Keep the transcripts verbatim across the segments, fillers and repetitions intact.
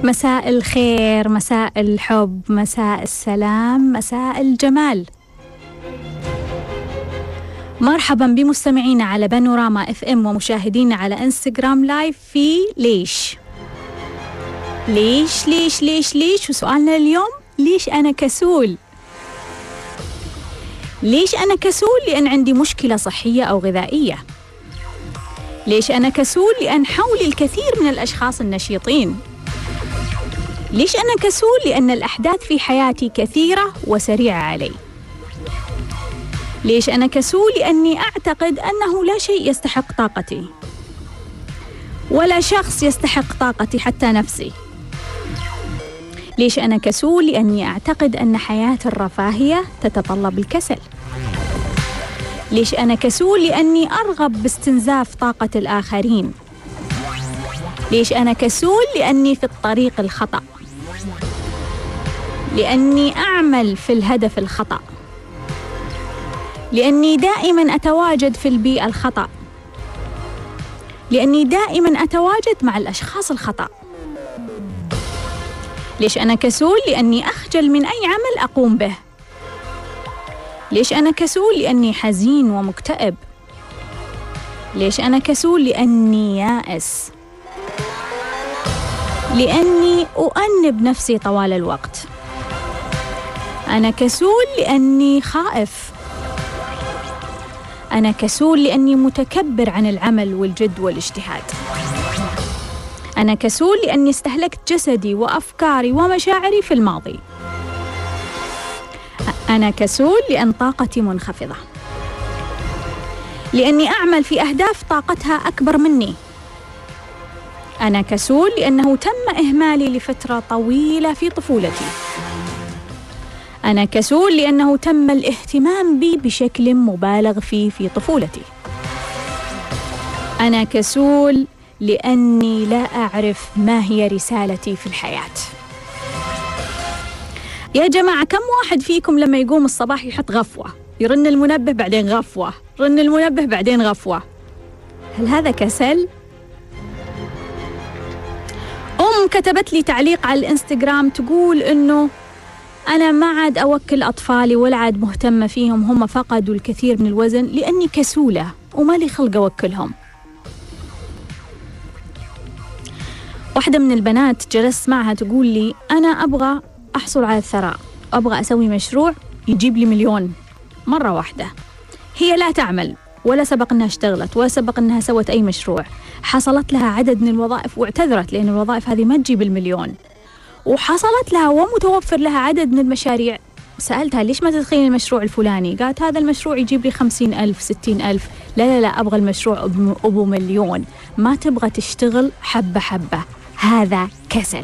مساء الخير، مساء الحب، مساء السلام، مساء الجمال. مرحبا بمستمعينا على بانوراما اف ام ومشاهدينا على انستغرام لايف في ليش ليش ليش ليش ليش وسؤالنا اليوم: ليش أنا كسول؟ ليش أنا كسول؟ لأن عندي مشكلة صحية أو غذائية. ليش أنا كسول؟ لأن حولي الكثير من الأشخاص النشيطين. ليش أنا كسول؟ لأن الأحداث في حياتي كثيرة وسريعة علي. ليش أنا كسول؟ لأني أعتقد أنه لا شيء يستحق طاقتي، ولا شخص يستحق طاقتي، حتى نفسي. ليش أنا كسول؟ لأني أعتقد أن حياة الرفاهية تتطلب الكسل. ليش أنا كسول؟ لأني أرغب باستنزاف طاقة الآخرين. ليش أنا كسول؟ لأني في الطريق الخطأ، لأني أعمل في الهدف الخطأ، لأني دائما أتواجد في البيئة الخطأ، لأني دائما أتواجد مع الأشخاص الخطأ. ليش أنا كسول؟ لأني أخجل من أي عمل أقوم به. ليش أنا كسول؟ لأني حزين ومكتئب. ليش أنا كسول؟ لأني يائس، لأني أؤنب نفسي طوال الوقت. أنا كسول لأني خائف. أنا كسول لأني متكبر عن العمل والجد والاجتهاد. أنا كسول لأني استهلكت جسدي وأفكاري ومشاعري في الماضي. أنا كسول لأن طاقتي منخفضة، لأني أعمل في أهداف طاقتها أكبر مني. أنا كسول لأنه تم إهمالي لفترة طويلة في طفولتي. أنا كسول لأنه تم الاهتمام بي بشكل مبالغ فيه في طفولتي. أنا كسول لأني لا أعرف ما هي رسالتي في الحياة. يا جماعة، كم واحد فيكم لما يقوم الصباح يحط غفوة، يرن المنبه بعدين غفوة، رن المنبه بعدين غفوة؟ هل هذا كسل؟ أم كتبت لي تعليق على الإنستغرام تقول إنه أنا ما عاد أوكل أطفالي ولا عاد مهتمة فيهم، هم فقدوا الكثير من الوزن لأني كسولة وما لي خلق أوكلهم. واحدة من البنات جلست معها تقول لي أنا أبغى أحصل على الثراء، أبغى أسوي مشروع يجيب لي مليون مرة واحدة. هي لا تعمل ولا سبق أنها اشتغلت ولا سبق أنها سوت أي مشروع. حصلت لها عدد من الوظائف واعتذرت لأن الوظائف هذه ما تجيب المليون، وحصلت لها ومتوفر لها عدد من المشاريع. سألتها ليش ما تدخلين المشروع الفلاني؟ قالت هذا المشروع يجيب لي خمسين ألف ستين ألف. لا لا لا، أبغى المشروع أبو مليون. ما تبغى تشتغل حبة حبة، هذا كسل.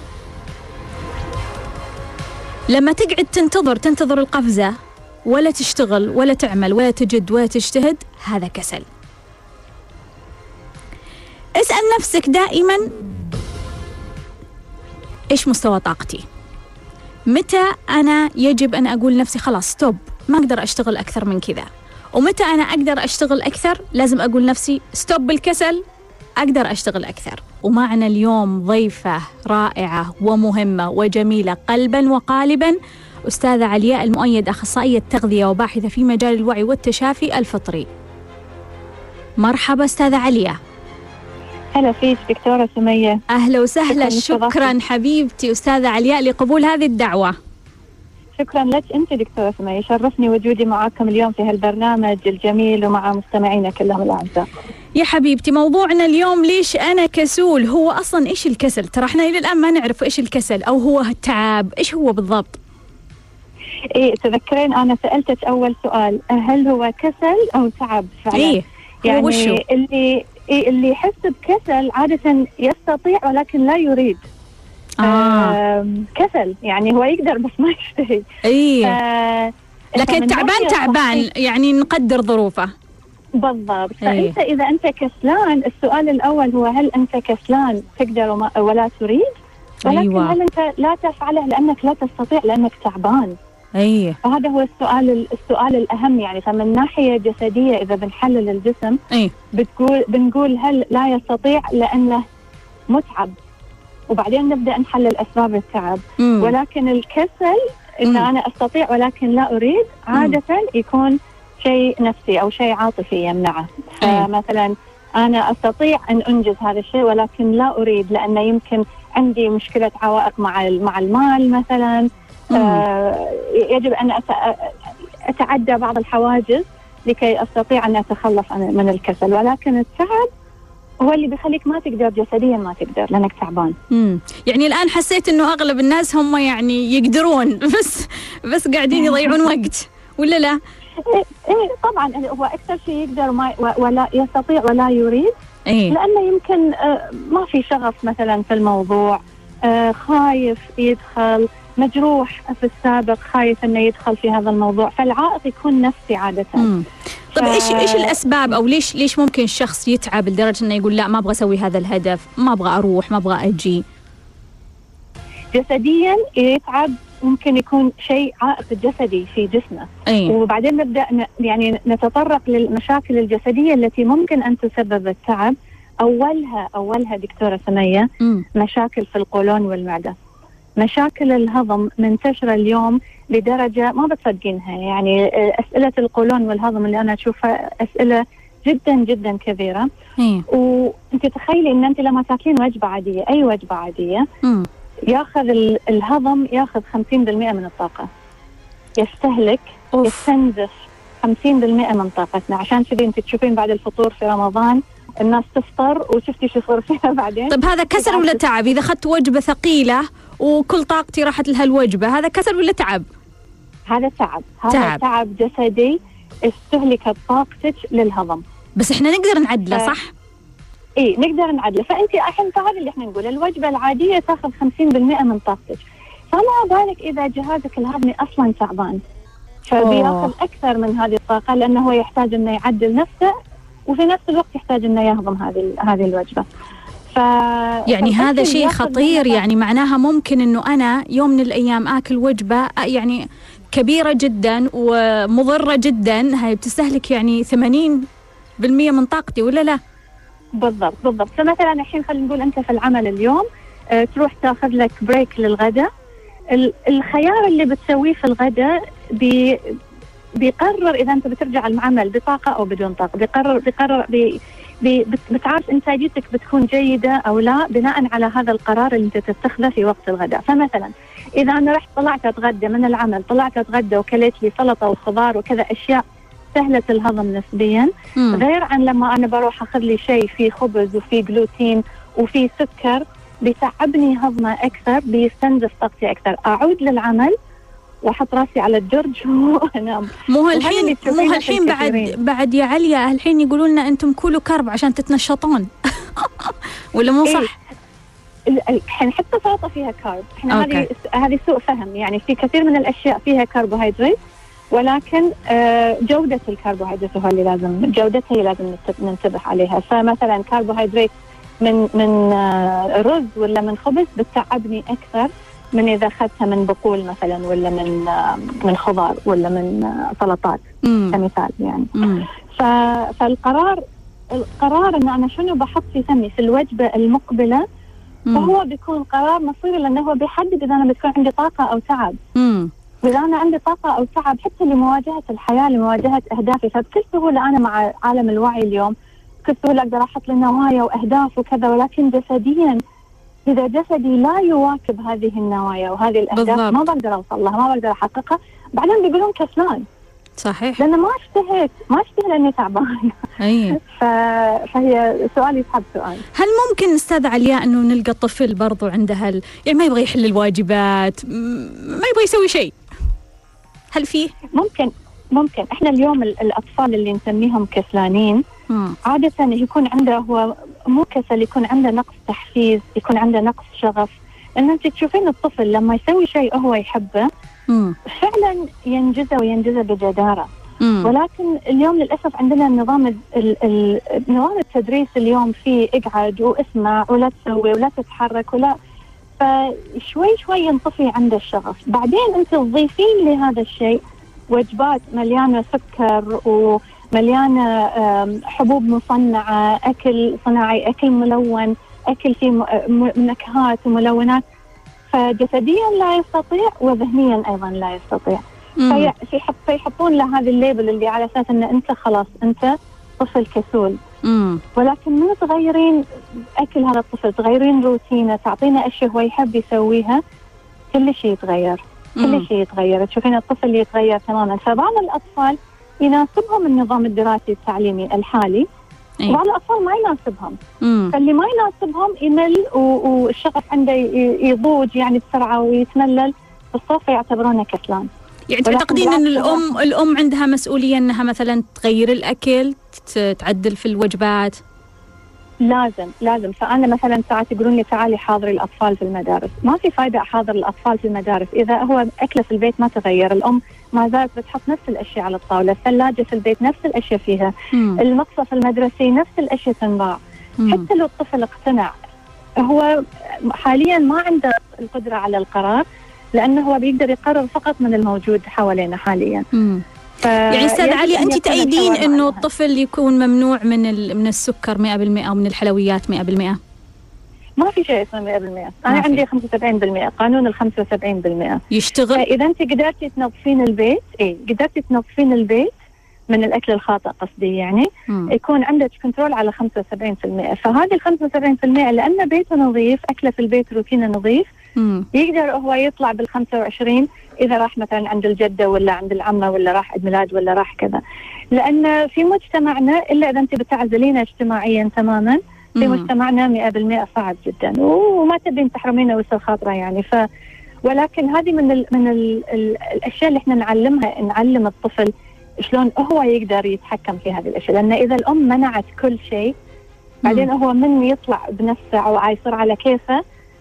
لما تقعد تنتظر تنتظر القفزة ولا تشتغل ولا تعمل ولا تجد ولا تجتهد، هذا كسل. اسأل نفسك دائما إيش مستوى طاقتي؟ متى أنا يجب أن أقول نفسي خلاص ستوب، ما أقدر أشتغل أكثر من كذا؟ ومتى أنا أقدر أشتغل أكثر لازم أقول نفسي ستوب بالكسل، أقدر أشتغل أكثر. ومعنا اليوم ضيفة رائعة ومهمة وجميلة قلبا وقالبا، أستاذة علياء المؤيد، أخصائية تغذية وباحثة في مجال الوعي والتشافي الفطري. مرحبا أستاذة علياء. هلا فيك دكتورة سمية. أهلا وسهلا. شكرا, شكرا حبيبتي أستاذة علياء لقبول هذه الدعوة. شكرا لك أنت دكتورة سمية، شرفني وجودي معكم اليوم في هالبرنامج الجميل ومع مستمعينا كلهم الأعزاء. يا حبيبتي، موضوعنا اليوم ليش أنا كسول. هو أصلا إيش الكسل؟ ترى إحنا إلى الآن ما نعرف إيش الكسل أو هو التعب، إيش هو بالضبط؟ إيه، تذكرين أنا سألتك أول سؤال، هل هو كسل أو تعب فعلا؟ إيه يعني وشو؟ اللي إيه اللي يحس بكسل عادة يستطيع ولكن لا يريد. آه. كسل يعني هو يقدر بس ما يشتهي. إيه آه لكن تعبان تعبان يعني نقدر ظروفه. بالضبط. أيه. فأنت إذا أنت كسلان، السؤال الأول هو هل أنت كسلان تقدر وما ولا تريد؟ ولكن أيوة. هل أنت لا تفعله لأنك لا تستطيع لأنك تعبان؟ أيه. فهذا هو السؤال السؤال الأهم. يعني فمن ناحية جسدية إذا بنحلل الجسم، أيه. بتقول بنقول هل لا يستطيع لأنه متعب. وبعدين نبدأ نحلل أسباب التعب. مم. ولكن الكسل إن مم. أنا أستطيع ولكن لا أريد عادة مم. يكون شيء نفسي أو شيء عاطفي يمنعه. فمثلا أنا أستطيع أن أنجز هذا الشيء ولكن لا أريد لأنه يمكن عندي مشكلة عوائق مع مع المال مثلا. آه يجب أن أتعدى بعض الحواجز لكي أستطيع أن أتخلص من الكسل. ولكن التعب هو اللي بيخليك ما تقدر جسديا، ما تقدر لأنك تعبان. امم يعني الآن حسيت إنه أغلب الناس هم يعني يقدرون بس بس قاعدين يضيعون وقت ولا لا؟ إيه, إيه طبعا هو أكثر شيء يقدر ما ولا يستطيع ولا يريد. إيه؟ لأنه يمكن آه ما في شغف مثلا في الموضوع، آه خايف يدخل، مجروح في السابق خايف إنه يدخل في هذا الموضوع، فالعائق يكون نفسي عادة. مم. طب ف... ايش ايش الاسباب او ليش ليش ممكن الشخص يتعب لدرجه انه يقول لا ما ابغى اسوي هذا الهدف، ما ابغى اروح، ما ابغى اجي؟ جسديا يتعب، ممكن يكون شيء عائق جسدي في جسمه. أي. وبعدين نبدا ن... يعني نتطرق للمشاكل الجسديه التي ممكن ان تسبب التعب. اولها اولها دكتوره سميه م. مشاكل في القولون والمعده. مشاكل الهضم منتشرة اليوم لدرجة ما بتصدقينها. يعني أسئلة القولون والهضم اللي أنا أشوفها أسئلة جدا جدا كبيرة. مم. وأنت تخيلي أن أنت لما تاكلين وجبة عادية، أي وجبة عادية، مم. ياخذ الهضم ياخذ خمسين بالمئة من الطاقة، يستهلك أوف. يستنزف خمسين بالمئة من طاقتنا. عشان كذا أنت تشوفين بعد الفطور في رمضان الناس تفطر وشفتي شو صار فيها بعدين. طب هذا كسل ولا تعب؟ إذا أخذت وجبة ثقيلة وكل طاقتي راحت لها الوجبة، هذا كسل ولا تعب؟ هذا تعب. هذا تعب, تعب جسدي استهلكت طاقتك للهضم. بس احنا نقدر نعدله ف... صح؟ ايه نقدر نعدله. فانت الحين هذا اللي احنا نقول، الوجبة العادية تاخذ خمسين بالمئة من طاقتك، فما بالك اذا جهازك الهضمي اصلا تعبان، فبياخذ اكثر من هذه الطاقة لانه هو يحتاج انه يعدل نفسه وفي نفس الوقت يحتاج انه يهضم هذه هذه الوجبة. ف... يعني هذا شيء خطير. يعني معناها ممكن انه انا يوم من الايام اكل وجبه يعني كبيره جدا ومضره جدا، هاي بتستهلك يعني ثمانين بالمئة من طاقتي ولا لا؟ بالضبط بالضبط. فمثلا الحين خلينا نقول انت في العمل اليوم اه تروح تاخذ لك بريك للغداء، الخيار اللي بتسويه في الغداء بي بيقرر اذا انت بترجع العمل بطاقه او بدون طاقه. بيقرر بيقرر بي بتعرف إنتاجيتك بتكون جيدة أو لا بناء على هذا القرار اللي أنت تتخذه في وقت الغداء. فمثلا إذا أنا رحت طلعت أتغدى من العمل، طلعت أتغدى وكليت لي سلطة وخضار وكذا أشياء سهلة الهضم نسبيا، م. غير عن لما أنا بروح أخذ لي شيء فيه خبز وفيه جلوتين وفيه سكر بيتعبني هضمه أكثر، بيستنزف طاقتي أكثر. أعود للعمل واحط راسي على الدرج وانام. مو الحين مو الحين بعد بعد يا عليا الحين يقولوا لنا انتم كلوا كرب عشان تتنشطون ولا مو صح؟ الحين حتى سلطه فيها كارب. احنا هذه هذه سوء فهم. يعني في كثير من الاشياء فيها كربوهيدرات، ولكن آه جوده الكربوهيدرات هو اللي لازم جودتها لازم ننتبه عليها. فمثلا كربوهيدرات من من آه رز ولا من خبز بتتعبني اكثر من إذا أخذتها من بقول مثلا ولا من من خضار ولا من سلطات كمثال. يعني فالقرار القرار إن أنا شنو بحط في فمي في الوجبة المقبلة، فهو بيكون قرار مصيري لأنه هو بيحدد إذا أنا بتكون عندي طاقة أو تعب. مم. وإذا أنا عندي طاقة أو تعب حتى لمواجهة الحياة، لمواجهة أهدافي، فبكل سهولة أنا مع عالم الوعي اليوم بكل سهولة أقدر أحط لي نوايا وأهداف وكذا، ولكن جسديا إذا جسدي لا يواكب هذه النوايا وهذه الأهداف بالضبط. ما بقدر أوصل لها، ما بقدر أحققها. بعدين بيقولون كسلان. صحيح. لأنه ما اشتهيت ما اشتهي لأني تعبان. أي. ف... فهي سؤال يسحب سؤال. هل ممكن أستاذ علياء إنه نلقى طفل برضو عنده هال يعني ما يبغى يحل الواجبات، ما يبغى يسوي شيء؟ هل فيه؟ ممكن ممكن. إحنا اليوم الأطفال اللي نسميهم كسلانين مم. عادة يكون عنده هو مو كسل، يكون عنده نقص تحفيز، يكون عنده نقص شغف. لأن أنت تشوفين الطفل لما يسوي شيء هو يحبه مم. فعلا ينجزه وينجزه بجدارة. مم. ولكن اليوم للأسف عندنا النظام نظام التدريس اليوم فيه اقعد واسمع ولا تسوي ولا تتحرك ولا، فشوي شوي ينطفي عنده الشغف. بعدين أنت تضيفين لهذا الشيء وجبات مليانة سكر ومليانة حبوب مصنعة، أكل صناعي، أكل ملون، أكل فيه نكهات وملونات، فجسديا لا يستطيع وذهنيا أيضا لا يستطيع. فيحط فيحطون له هذا الليبل اللي على أساس أن أنت خلاص أنت طفل كسول. مم. ولكن من تغيرين أكل هذا الطفل، تغيرين روتينه، تعطينا أشياء هو يحب يسويها، كل شيء يتغير. كل شيء يتغير، تشوفين الطفل يتغير تماما. فبعض الأطفال يناسبهم النظام الدراسي التعليمي الحالي، أيه. وبعض الأطفال ما يناسبهم. مم. فاللي ما يناسبهم يمل والشغف عنده يضوج يعني بسرعة ويتملل، بالصف يعتبرونه كسلان. يعني تعتقدين أن الأم الأم عندها مسؤولية أنها مثلا تغير الأكل، تعدل في الوجبات؟ لازم لازم. فأنا مثلا ساعات يقولون لي تعالي حاضري الأطفال في المدارس، ما في فايدة أحاضر الأطفال في المدارس إذا هو أكله في البيت ما تغير. الأم ما زالت بتحط نفس الأشياء على الطاولة، الثلاجة في البيت نفس الأشياء فيها، مم. المقصف المدرسي نفس الأشياء تنباع. مم. حتى لو الطفل اقتنع، هو حاليا ما عنده القدرة على القرار، لأنه هو بيقدر يقرر فقط من الموجود حوالينا حاليا. مم. يعني أستاذ علي، أنت تأيدين أنه الطفل يكون ممنوع من من السكر مئة بالمئة ومن الحلويات مئة بالمئة؟ ما في شيء اسمه مئة بالمئة. أنا عندي خمسة وسبعين بالمئة، قانون ال خمسة وسبعين بالمئة يشتغل. إذا أنت قدرتي تنظفين البيت، إيه قدرتي تنظفين البيت من الأكل الخاطئ قصدي يعني، م. يكون عندك كنترول على خمسة وسبعين بالمئة. فهذه ال خمسة وسبعين بالمئة لأن بيته نظيف، أكله في البيت روتينه نظيف، م. يقدر هو يطلع بال خمسة وعشرين إذا راح مثلا عند الجدة ولا عند العمة ولا راح عيد ميلاد ولا راح كذا. لأن في مجتمعنا إلا إذا أنت بتعزلينه اجتماعيا تماما، في مجتمعنا مئة بالمئة صعب جدا، وما تبين تحرمينه ويصير خاطره يعني. ف ولكن هذه من ال من ال ال الأشياء اللي احنا نعلمها، نعلم الطفل شلون هو يقدر يتحكم في هذه الأشياء. لأن إذا الأم منعت كل شيء، بعدين هو من يطلع بنفسه أو يصير على كيفه،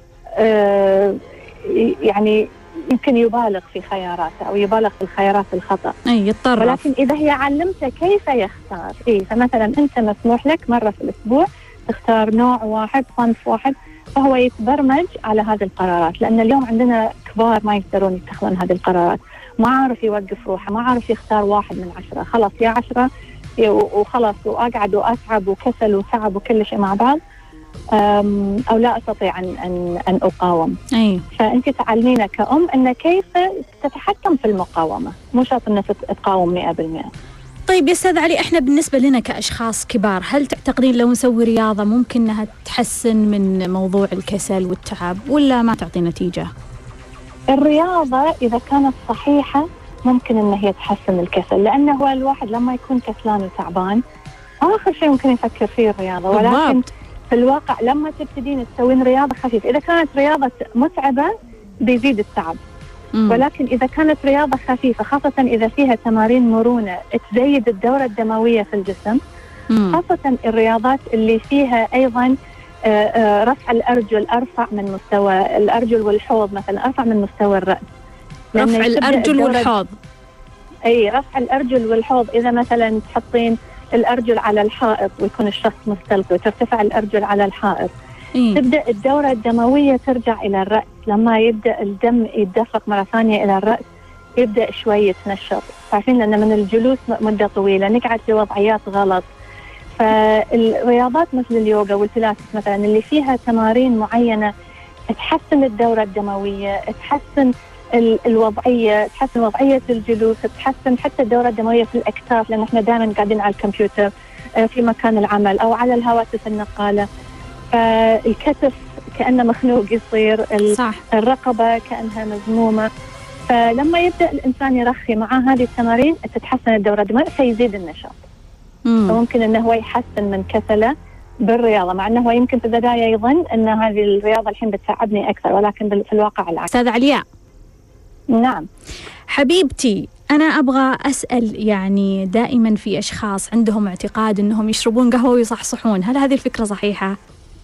آه يعني يمكن يبالغ في خياراته أو يبالغ في الخيارات الخطأ. أي يضطر. ولكن إذا هي علمته كيف يختار، إيه فمثلا أنت مسموح لك مرة في الأسبوع تختار نوع واحد، صنف واحد، فهو يتبرمج على هذه القرارات. لأن اليوم عندنا كبار ما يقدرون يتخذون هذه القرارات، ما عارف يوقف روحه، ما عارف يختار واحد من عشرة، خلاص يا عشرة وخلاص، وأقعد وأتعب وكسل وتعب وكل شيء مع بعض، أو لا أستطيع أن أن أن أقاوم. أي. فأنت تعلمينا كأم أن كيف تتحكم في المقاومة، مو شرط أن تقاوم مئة بالمئة. طيب يا أستاذ علي، إحنا بالنسبة لنا كأشخاص كبار، هل تعتقدين لو نسوي رياضة ممكن أنها تحسن من موضوع الكسل والتعب، ولا ما تعطي نتيجة؟ الرياضة إذا كانت صحيحة ممكن أن هي تحسن الكسل، لأنه هو الواحد لما يكون كسلان وتعبان آخر شيء ممكن يفكر فيه الرياضة. ولكن بالضبط. في الواقع لما تبتدين تسوين رياضة خفيفة، إذا كانت رياضة متعبة بيزيد التعب. مم. ولكن إذا كانت رياضة خفيفة، خاصة إذا فيها تمارين مرونة تزيد الدورة الدموية في الجسم، مم. خاصة الرياضات اللي فيها أيضا آآ آآ رفع الأرجل أرفع من مستوى الأرجل والحوض، مثلا أرفع من مستوى الرأس. رفع الأرجل والحوض. أي رفع الأرجل والحوض. إذا مثلا تحطين الأرجل على الحائط ويكون الشخص مستلقي وترتفع الأرجل على الحائط، إيه؟ تبدأ الدورة الدموية ترجع إلى الرأس. لما يبدأ الدم يتدفق مرة ثانية إلى الرأس يبدأ شوي يتنشط. عارفين لأن من الجلوس مدة طويلة نقعد في وضعيات غلط. فالرياضات مثل اليوغا والبيلاتس مثلا اللي فيها تمارين معينة تحسن الدورة الدموية، تحسن الوضعية، تحسن وضعية الجلوس، تحسن حتى الدورة الدموية في الأكتاف، لأن احنا دائما قاعدين على الكمبيوتر في مكان العمل أو على الهواتف النقالة، فالكتف كأنه مخنوق يصير، صح. الرقبة كأنها مزمومة. فلما يبدأ الإنسان يرخي مع هذه التمارين تتحسن الدورة الدموية فيزيد النشاط. مم. فممكن أنه هو يحسن من كسله بالرياضة، مع أنه هو يمكن في البداية يظن أن هذه الرياضة الحين بتساعدني أكثر، ولكن في الواقع العكس. أستاذ علياء. نعم حبيبتي، أنا أبغى أسأل، يعني دائما في أشخاص عندهم اعتقاد أنهم يشربون قهوة ويصحصحون، هل هذه الفكرة صحيحة؟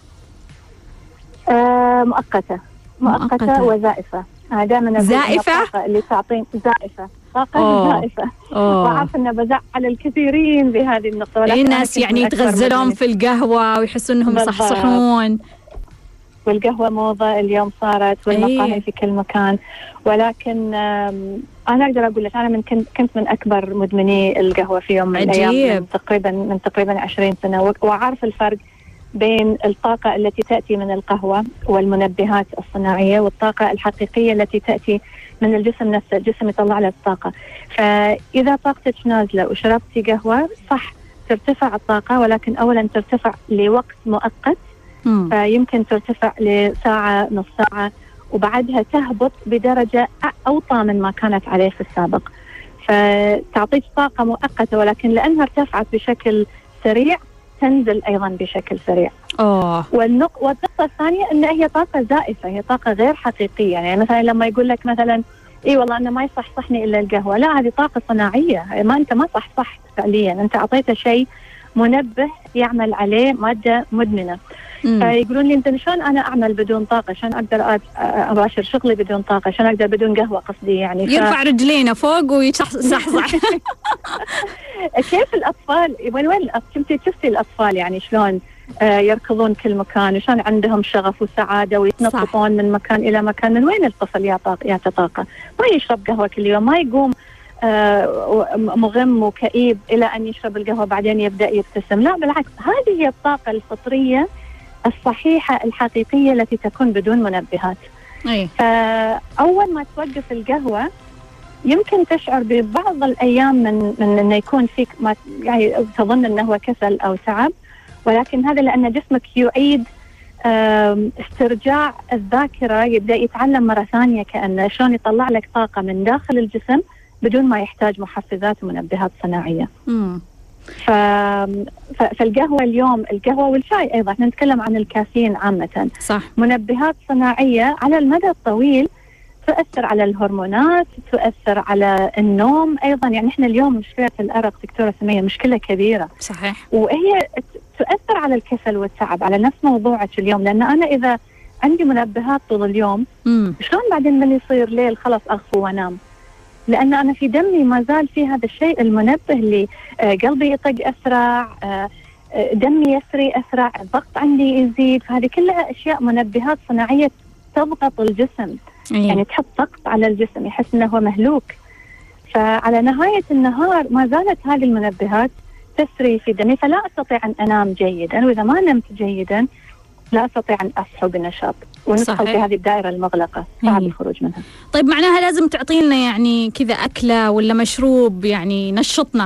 آه مؤقتة مؤقتة, مؤقتة. وزائفة. آه دائما زائفة اللي تعطين زائفة طاقة زائفة، وعارف أنه بزعل الكثيرين بهذه النقطة. الناس يعني يتغزلون في القهوة ويحسون أنهم يصحصحون، والقهوة موضة اليوم صارت، والمقاهي أيه. في كل مكان. ولكن أنا أقدر أقول لك أنا من كنت كنت من أكبر مدمني القهوة في يوم من الأيام، من تقريبا من تقريبا عشرين سنة، وأعرف الفرق بين الطاقة التي تأتي من القهوة والمنبهات الصناعية والطاقة الحقيقية التي تأتي من الجسم نفسه. الجسم يطلع له الطاقة. فإذا طاقتك نازلة وشربتي قهوة صح ترتفع الطاقة، ولكن أولا ترتفع لوقت مؤقت، فيمكن ترتفع لساعة نص ساعة وبعدها تهبط بدرجة أوطى من ما كانت عليه في السابق، فتعطيك طاقة مؤقتة، ولكن لأنها ارتفعت بشكل سريع تنزل أيضا بشكل سريع. أوه. والنق... والنقطة الثانية أن هي طاقة زائفة، هي طاقة غير حقيقية. يعني مثلا لما يقول لك مثلا إيه والله أنا ما يصحصحني إلا القهوة، لا هذه طاقة صناعية، ما أنت ما صح صح فعليا، أنت أعطيته شيء منبه يعمل عليه مادة مدمنة. مم. فيقولون لي أنت شلون أنا أعمل بدون طاقة، شلون أقدر أباشر شغلي بدون طاقة، شلون أقدر بدون قهوة قصدي يعني. ف... يرفع رجلينه فوق ويصحصح. كيف الأطفال وين وين شفتي شفتي الأطفال يعني شلون آه يركضون كل مكان وشلون عندهم شغف وسعادة ويتنططون من مكان إلى مكان. من وين الطفل يعطى طاقة؟ ما يشرب قهوة كل يوم، ما يقوم آه مغم وكئيب إلى أن يشرب القهوة بعدين يبدأ يبتسم. لا بالعكس، هذه هي الطاقة الفطرية الصحيحة الحقيقية التي تكون بدون منبهات. أي. فأول ما توقف القهوة يمكن تشعر ببعض الأيام من من أنه يكون فيك ما يعني تظن أنه هو كسل أو تعب، ولكن هذا لأن جسمك يعيد استرجاع الذاكرة، يبدأ يتعلم مرة ثانية كأنه شلون يطلع لك طاقة من داخل الجسم بدون ما يحتاج محفزات ومنبهات صناعية. مم. ف... فالقهوة اليوم، القهوة والشاي أيضا، احنا نتكلم عن الكافيين عامة. صح. منبهات صناعية على المدى الطويل تؤثر على الهرمونات، تؤثر على النوم أيضا. يعني احنا اليوم مشكلة الأرق دكتورة سمية مشكلة كبيرة. صحيح. وهي تؤثر على الكسل والتعب، على نفس موضوعك اليوم، لأن أنا إذا عندي منبهات طول اليوم مم. شلون بعدين من يصير ليل خلاص أغفو وأنام؟ لأن أنا في دمي ما زال في هذا الشيء المنبه اللي آه قلبي يطق أسرع، آه دمي يسري أسرع، الضغط عندي يزيد. فهذه كلها أشياء منبهات صناعية تضغط الجسم. أيه. يعني تحط ضغط على الجسم يحس أنه هو مهلوك. فعلى نهاية النهار ما زالت هذه المنبهات تسري في دمي، فلا أستطيع أن أنام جيدا، وإذا ما نمت جيدا لا أستطيع أن أصحو بنشاط وندخل في هذه الدائرة المغلقة صعب الخروج منها. طيب معناها لازم تعطي لنا يعني كذا أكلة ولا مشروب يعني نشطنا؟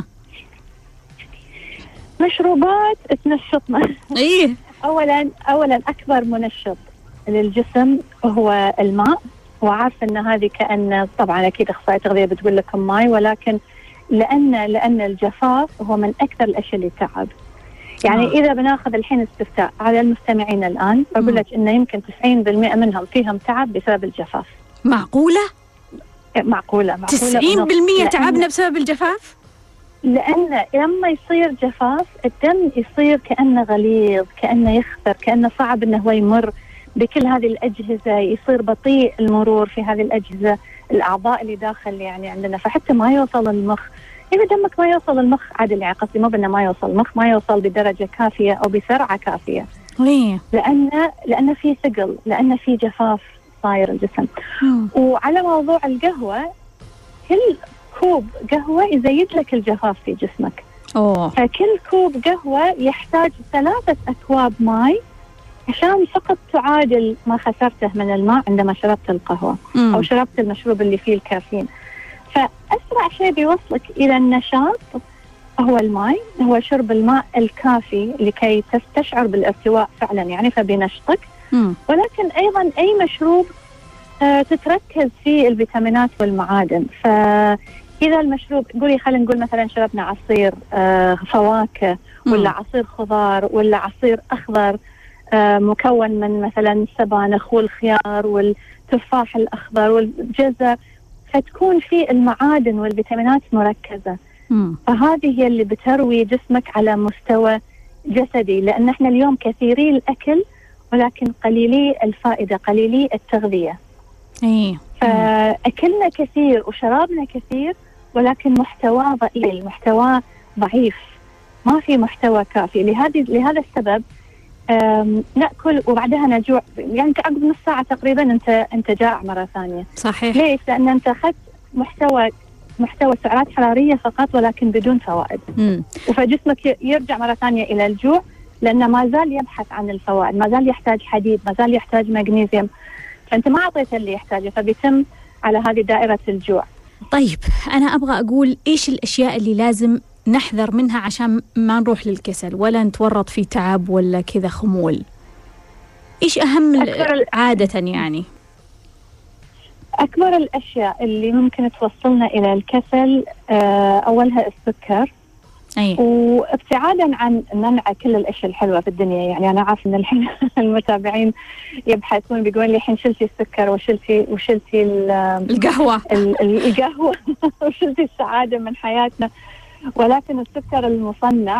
مشروبات تنشطنا. إيه. أولا أولا أكبر منشط للجسم هو الماء، وعارفة أن هذه كأن طبعا أكيد أخصائية تغذية بتقول لكم ماي، ولكن لأن لأن الجفاف هو من أكثر الأشياء اللي تعب. يعني آه. إذا بناخذ الحين استفتاء على المستمعين الآن بقول لك إنه يمكن تسعين بالمئة منهم فيهم تعب بسبب الجفاف. معقولة؟ معقولة معقولة تسعين بالمئة تعبنا بسبب الجفاف؟ لأن لما يصير جفاف الدم يصير كأنه غليظ، كأنه يخفر، كأنه صعب إنه هو يمر بكل هذه الأجهزة، يصير بطيء المرور في هذه الأجهزة، الأعضاء اللي داخل يعني عندنا، فحتى ما يوصل المخ. إذا دمك ما يوصل المخ عادل، يعني قصدي مو بأنه ما يوصل المخ، ما يوصل بدرجة كافية أو بسرعة كافية. ليه؟ لأن لأن في ثقل، لأن في جفاف صاير الجسم. مم. وعلى موضوع القهوة، كل كوب قهوة يزيد لك الجفاف في جسمك. أوه. فكل كوب قهوة يحتاج ثلاثة أكواب ماء عشان فقط تعادل ما خسرته من الماء عندما شربت القهوة. مم. أو شربت المشروب اللي فيه الكافيين. فأسرع شيء بيوصلك إلى النشاط هو الماء، هو شرب الماء الكافي لكي تستشعر بالارتواء فعلا يعني فبنشطك. مم. ولكن أيضا أي مشروب آه تتركز فيه الفيتامينات والمعادن. فإذا المشروب قولي خلينا نقول مثلا شربنا عصير آه فواكه ولا عصير خضار ولا عصير أخضر آه مكون من مثلا السبانخ والخيار والتفاح الأخضر والجزر، فتكون فيه المعادن والفيتامينات مركزة. مم. فهذه هي اللي بتروي جسمك على مستوى جسدي، لأن احنا اليوم كثيري الأكل ولكن قليلي الفائدة، قليلي التغذية. ايه. فأكلنا كثير وشرابنا كثير ولكن محتوى ضئيل، محتوى ضعيف، ما في محتوى كافي. لهذه لهذا السبب نأكل وبعدها نجوع، يعني عقب نص ساعة تقريبا أنت أنت جائع مرة ثانية. صحيح. ليش؟ لأن أنت أخذت محتوى محتوى سعرات حرارية فقط ولكن بدون فوائد. مم. وفجسمك يرجع مرة ثانية إلى الجوع لأنه ما زال يبحث عن الفوائد، ما زال يحتاج حديد، ما زال يحتاج مغنيسيوم، فأنت ما أعطيته اللي يحتاجه، فبيتم على هذه دائرة الجوع. طيب أنا أبغى أقول إيش الأشياء اللي لازم نحذر منها عشان ما نروح للكسل ولا نتورط في تعب ولا كذا خمول؟ إيش أهم عادة يعني؟ أكبر الأشياء اللي ممكن توصلنا إلى الكسل أولها السكر. أي. وابتعادا عن منع كل الأشياء الحلوة في الدنيا. يعني أنا عارف إن الحين المتابعين يبحثون بيقولون لي الحين شلتي السكر وشلتي وشلتي القهوة القهوة وشلتي السعادة من حياتنا، ولكن السكر المصنع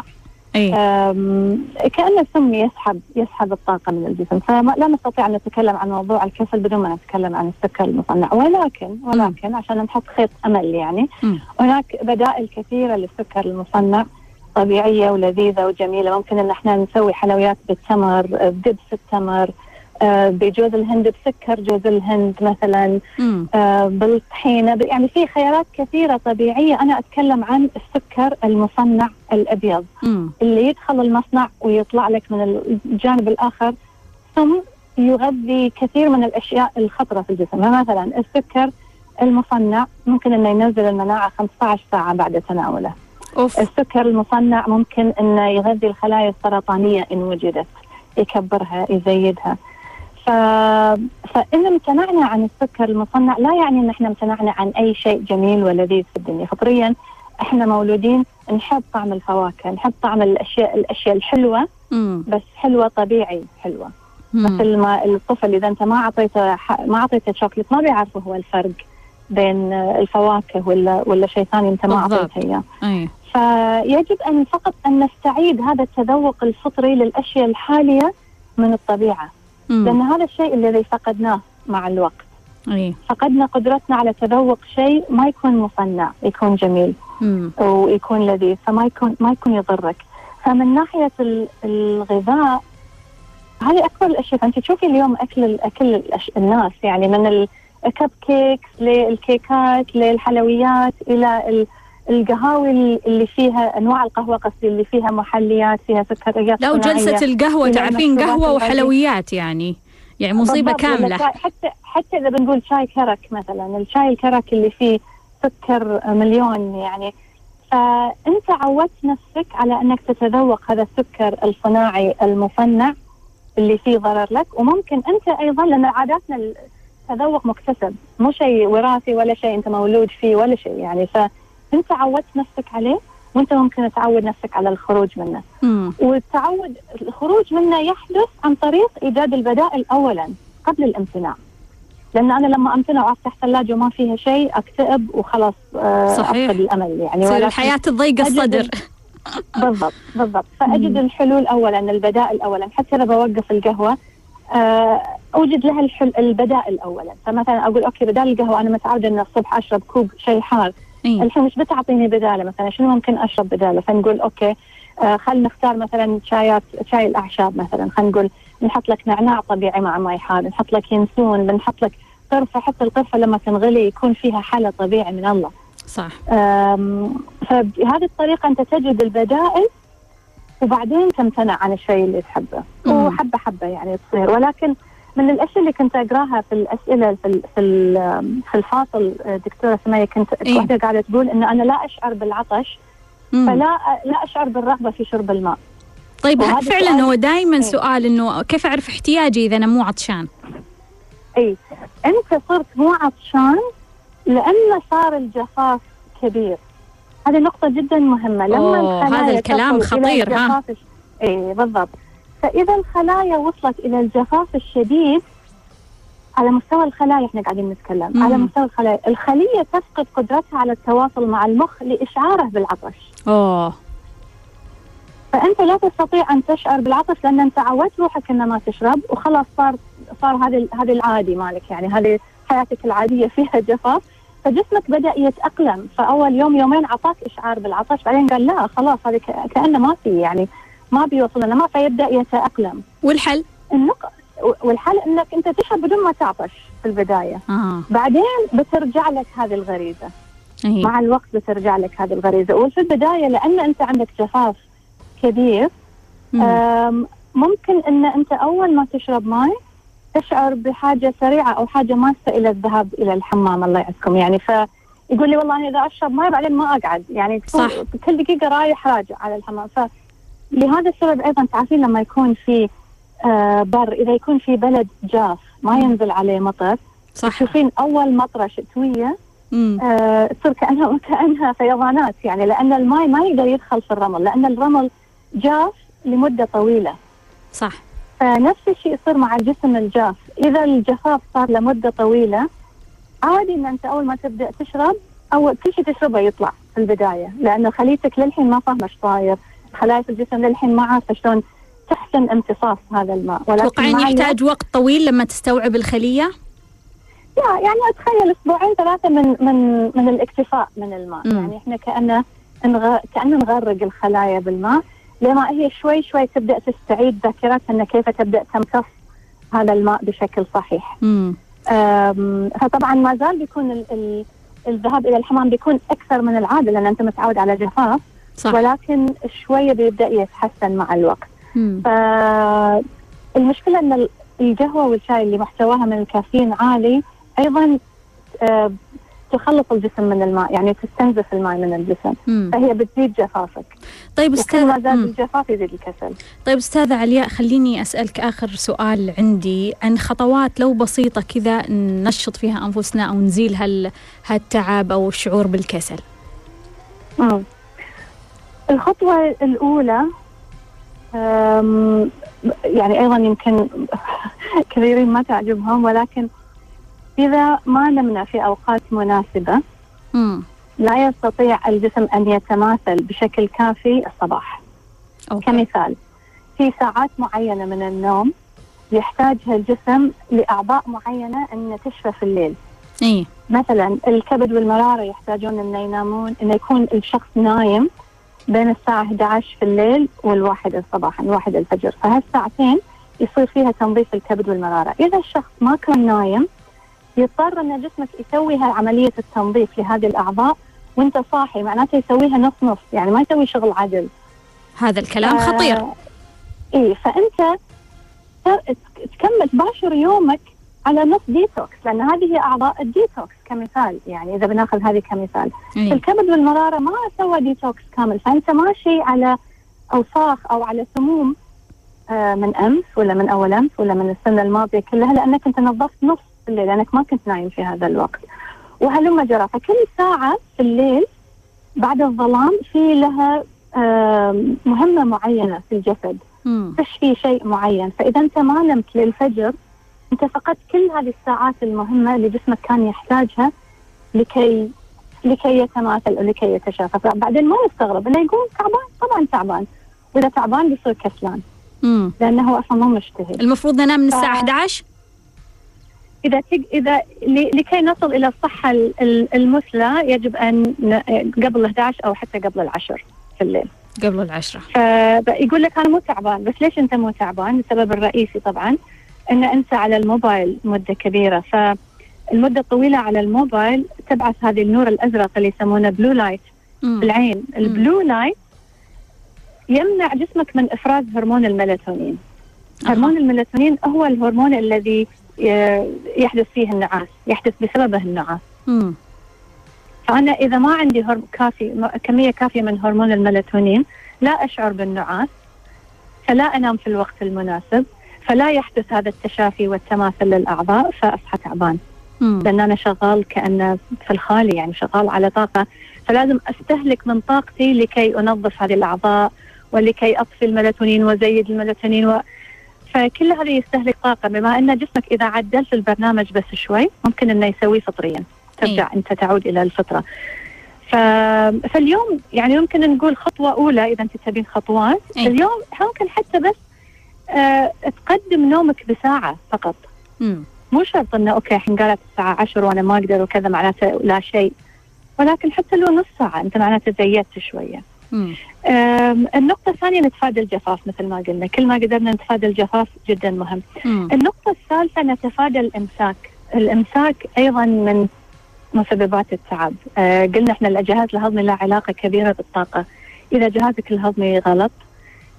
كأنه سم يسحب يسحب الطاقة من الجسم، فلا نستطيع أن نتكلم عن موضوع الكسل بدون ما نتكلم عن السكر المصنع. ولكن ولكن م. عشان نحط خيط أمل يعني م. هناك بدائل كثيرة للسكر المصنع طبيعية ولذيذة وجميلة. ممكن أن احنا نسوي حلويات بالتمر، بدبس التمر، آه بجوز الهند، بسكر جوز الهند مثلا، آه بالطحينة، يعني في خيارات كثيرة طبيعية. أنا أتكلم عن السكر المصنع الأبيض م. اللي يدخل المصنع ويطلع لك من الجانب الآخر ثم يغذي كثير من الأشياء الخطرة في الجسم. مثلا السكر المصنع ممكن أنه ينزل المناعة خمسة عشر ساعة بعد تناوله. أوف. السكر المصنع ممكن أنه يغذي الخلايا السرطانية إن وجدت، يكبرها يزيدها. ف... فإن امتنعنا عن السكر المصنع لا يعني أن احنا امتنعنا عن أي شيء جميل ولذيذ في الدنيا. فطريا احنا مولودين نحب طعم الفواكه، نحب طعم الأشياء الأشياء الحلوة م. بس حلوة طبيعي حلوة. م. مثل ما الطفل إذا أنت ما أعطيته ما أعطيته شوكليت ما بيعرفه هو الفرق بين الفواكه ولا ولا شيء ثاني أنت ما أعطيته إياه. فيجب أن فقط أن نستعيد هذا التذوق الفطري للأشياء الحالية من الطبيعة. مم. لأن هذا الشيء الذي فقدناه مع الوقت. أيه. فقدنا قدرتنا على تذوق شيء ما يكون مصنع، يكون جميل مم. ويكون لذيذ، فما يكون ما يكون يضرك. فمن ناحية الغذاء هذه أكبر الأشياء. فأنت تشوفي اليوم أكل الأكل الناس يعني من الكب كيكس للكيكات للحلويات إلى القهاوي اللي فيها أنواع القهوة قصدي اللي فيها محليات فيها سكريات. لو جلسة القهوة تعرفين قهوة وحلويات يعني يعني مصيبة كاملة. حتى حتى إذا بنقول شاي كرك مثلا، الشاي الكرك اللي فيه سكر مليون يعني. فأنت عودت نفسك على أنك تتذوق هذا السكر الصناعي المصنع اللي فيه ضرر لك. وممكن أنت أيضا لأن عاداتنا التذوق مكتسب مو شيء وراثي ولا شيء أنت مولود فيه ولا شيء يعني. ف أنت عودت نفسك عليه وأنت ممكن تعود نفسك على الخروج منه. مم. والتعود الخروج منه يحدث عن طريق إيجاد البدائل أولا قبل الامتناع. لأن أنا لما أمتنع وأفتح ثلاجة وما فيها شيء أكتئب وخلاص أفقد الأمل يعني. تصير الحياة تضيق الصدر. بالضبط بالضبط. فأجد الحلول أولا، البدائل أولا. حتى إذا بوقف القهوة أوجد لها الحل البدائل أولا. فمثلا أقول أوكي بدال القهوة أنا متعودة أن الصبح أشرب كوب شيء حار، إيه؟ الحين مش بتعطيني بداله مثلا شنو ممكن اشرب بداله؟ فنقول اوكي آه خلينا نختار مثلا شايات شاي الاعشاب مثلا. خلينا نقول نحط لك نعناع طبيعي مع ماء حار، نحط لك ينسون، بنحط لك قرفه. حتى القرفه لما تنغلي يكون فيها حلا طبيعي من الله. صح. فبهذه الطريقه انت تجد البدائل وبعدين تمتنع عن الشيء اللي تحبه وحبه حبه يعني تصير. ولكن من الاشياء اللي كنت اقراها في الاسئله في في في الفاصل دكتوره سمية كنت إيه؟ واحده قاعده تقول ان انا لا اشعر بالعطش مم. فلا لا اشعر بالرغبه في شرب الماء. طيب فعلا هو دائما إيه؟ سؤال انه كيف اعرف احتياجي اذا انا مو عطشان؟ اي انت صرت مو عطشان لان صار الجفاف كبير. هذه نقطه جدا مهمه. لما هذا الكلام خطير ها. اي بالضبط. فإذا الخلايا وصلت إلى الجفاف الشديد على مستوى الخلايا احنا قاعدين نتكلم مم. على مستوى الخلايا، الخلية تفقد قدرتها على التواصل مع المخ لإشعاره بالعطش. أوه. فأنت لا تستطيع أن تشعر بالعطش لأن أنت عودت روحك أن ما تشرب وخلاص صار صار هذا هذا العادي مالك يعني هذه حياتك العادية فيها جفاف. فجسمك بدأ يتأقلم. فأول يوم يومين عطاك إشعار بالعطش بعدين قال لا خلاص هذه كأنه ما في يعني ما بيوصل لنا ما فيبدأ يتأقلم. والحل؟ النق... والحل انك انت تشرب بدون ما تعطش في البداية. آه. بعدين بترجع لك هذه الغريزة. أيه. مع الوقت بترجع لك هذه الغريزة. وفي البداية لأن انت عندك جفاف كبير ممكن ان انت اول ما تشرب ماء تشعر بحاجه سريعه او حاجه ماسه الى الذهاب الى الحمام، الله يعزكم يعني. فيقول لي والله انا اذا اشرب ماء بعدين ما اقعد، يعني صح. كل دقيقه رايح راجع على الحمام. فلهذا السبب ايضا تعرفين لما يكون في آه بر، اذا يكون في بلد جاف ما ينزل عليه مطر، صح، تشوفين اول مطره شتويه آه تصير كانها وكانها فيضانات، يعني لان الماء ما يقدر يدخل في الرمل، لان الرمل جاف لمده طويله. صح. فنفس الشيء يصير مع الجسم الجاف، اذا الجفاف صار لمده طويله عادي ان انت اول ما تبدا تشرب او كل شيء تشربه يطلع في البدايه، لان خليتك للحين ما فاهمه ايش صاير، خلايا في الجسم للحين ما عارفه شلون تحسن امتصاص هذا الماء. تتوقعين يحتاج وقت طويل لما تستوعب الخليه؟ لا يعني اتخيل اسبوعين ثلاثه من من من الاكتفاء من الماء. م. يعني احنا كانه نغ... كانه نغرق الخلايا بالماء لما هي شوي شوي تبدا تستعيد ذاكرتها ان كيف تبدا تمتص هذا الماء بشكل صحيح. امم فطبعا ما زال بيكون ال... ال... الذهاب الى الحمام بيكون اكثر من العاده لان انت متعود على جفاف، صح. ولكن شويه بيبدا يتحسن مع الوقت. فالمشكله ان القهوه والشاي اللي محتواها من الكافيين عالي ايضا آه تخلص الجسم من الماء، يعني تستنزف الماء من الجسم. مم. فهي بتزيد جفافك. طيب استاذ، ما زاد الجفاف يزيد الكسل. طيب استاذة علياء، خليني اسالك اخر سؤال عندي عن خطوات لو بسيطه كذا ننشط فيها انفسنا او نزيل هال هالتعب او الشعور بالكسل. امم الخطوه الاولى يعني ايضا يمكن كثيرين ما تعجبهم، ولكن إذا ما نمنا في أوقات مناسبة مم. لا يستطيع الجسم أن يتماثل بشكل كافي الصباح. أوكي. كمثال في ساعات معينة من النوم يحتاجها الجسم لأعضاء معينة أن تشفى في الليل. إيه؟ مثلا الكبد والمرارة يحتاجون أن ينامون، أن يكون الشخص نايم بين الساعة إحدى عشر في الليل والواحد الصباح، الواحد الفجر، فهالساعتين يصير فيها تنظيف الكبد والمرارة. إذا الشخص ما كان نايم يضطر أن جسمك يسوي عملية التنظيف لهذه الأعضاء وانت صاحي، معناته يسويها نص نص، يعني ما يسوي شغل عدل. هذا الكلام آه خطير. إيه، فأنت تكمل تباشر يومك على نص ديتوكس، لأن هذه هي أعضاء الديتوكس كمثال، يعني إذا بناخذ هذه كمثال. إيه؟ الكبد والمرارة ما سوى ديتوكس كامل، فأنت ماشي على أوساخ أو على سموم آه من أمس ولا من أول أمس ولا من السنة الماضية كلها، لأنك أنت نظفت نص الليل لأنك ما كنت نايم في هذا الوقت. وهلم جرى، فكل ساعة في الليل بعد الظلام في لها مهمة معينة في الجسد، تشفي شيء معين. فإذا أنت ما نمت للفجر أنت فقدت كل هذه الساعات المهمة اللي جسمك كان يحتاجها لكي لكي يتماثل أو لكي يتشافى. بعدين ما نستغرب إنه يقول تعبان، طبعا تعبان، وإذا تعبان بيصير كسلان مم. لأنه أصلا مو مجتهد. المفروض ننام من الساعة إحدى عشر؟ إذا تج... إذا لكي نصل إلى الصحة المثلى يجب أن قبل إحدى عشر أو حتى قبل العشر في الليل. قبل العشرة. فيقول لك أنا مو تعبان، بس ليش أنت مو تعبان؟ السبب الرئيسي طبعا أن أنت على الموبايل مدة كبيرة، فالمدة الطويلة على الموبايل تبعث هذه النور الأزرق اللي يسمونه بلو لايت في العين. البلو لايت يمنع جسمك من إفراز هرمون الميلاتونين. أه. هرمون الميلاتونين هو الهرمون الذي يحدث فيه النعاس، يحدث بسببه النعاس. مم. فأنا إذا ما عندي هرم كافي كمية كافية من هرمون الميلاتونين لا أشعر بالنعاس، فلا أنام في الوقت المناسب، فلا يحدث هذا التشافي والتماثل للأعضاء، فأصحى تعبان. مم. لأن أنا شغال كأنه في الخالي، يعني شغال على طاقة، فلازم أستهلك من طاقتي لكي أنظف هذه الأعضاء ولكي أطفي الميلاتونين وزيد الميلاتونين و... فكل هذا يستهلك طاقة. بما أن جسمك إذا عدلت البرنامج بس شوي ممكن أنه يسويه فطريا، ترجع أنت تعود إلى الفطرة. ف... فاليوم يعني يمكن نقول خطوة أولى إذا أنت تبين خطوات. أي. اليوم ممكن حتى بس أه تقدم نومك بساعة فقط. م. مو شرط أنه أوكي الحين قالت الساعة عشر وأنا ما أقدر وكذا معناته لا شيء، ولكن حتى لو نص ساعة أنت معناته زيدت شوية. النقطة الثانية نتفادى الجفاف، مثل ما قلنا كل ما قدرنا نتفادى الجفاف جدا مهم. مم. النقطة الثالثة نتفادى الإمساك. الإمساك أيضا من مسببات التعب. أه قلنا إحنا الجهاز الهضمي له علاقة كبيرة بالطاقة. إذا جهازك الهضمي غلط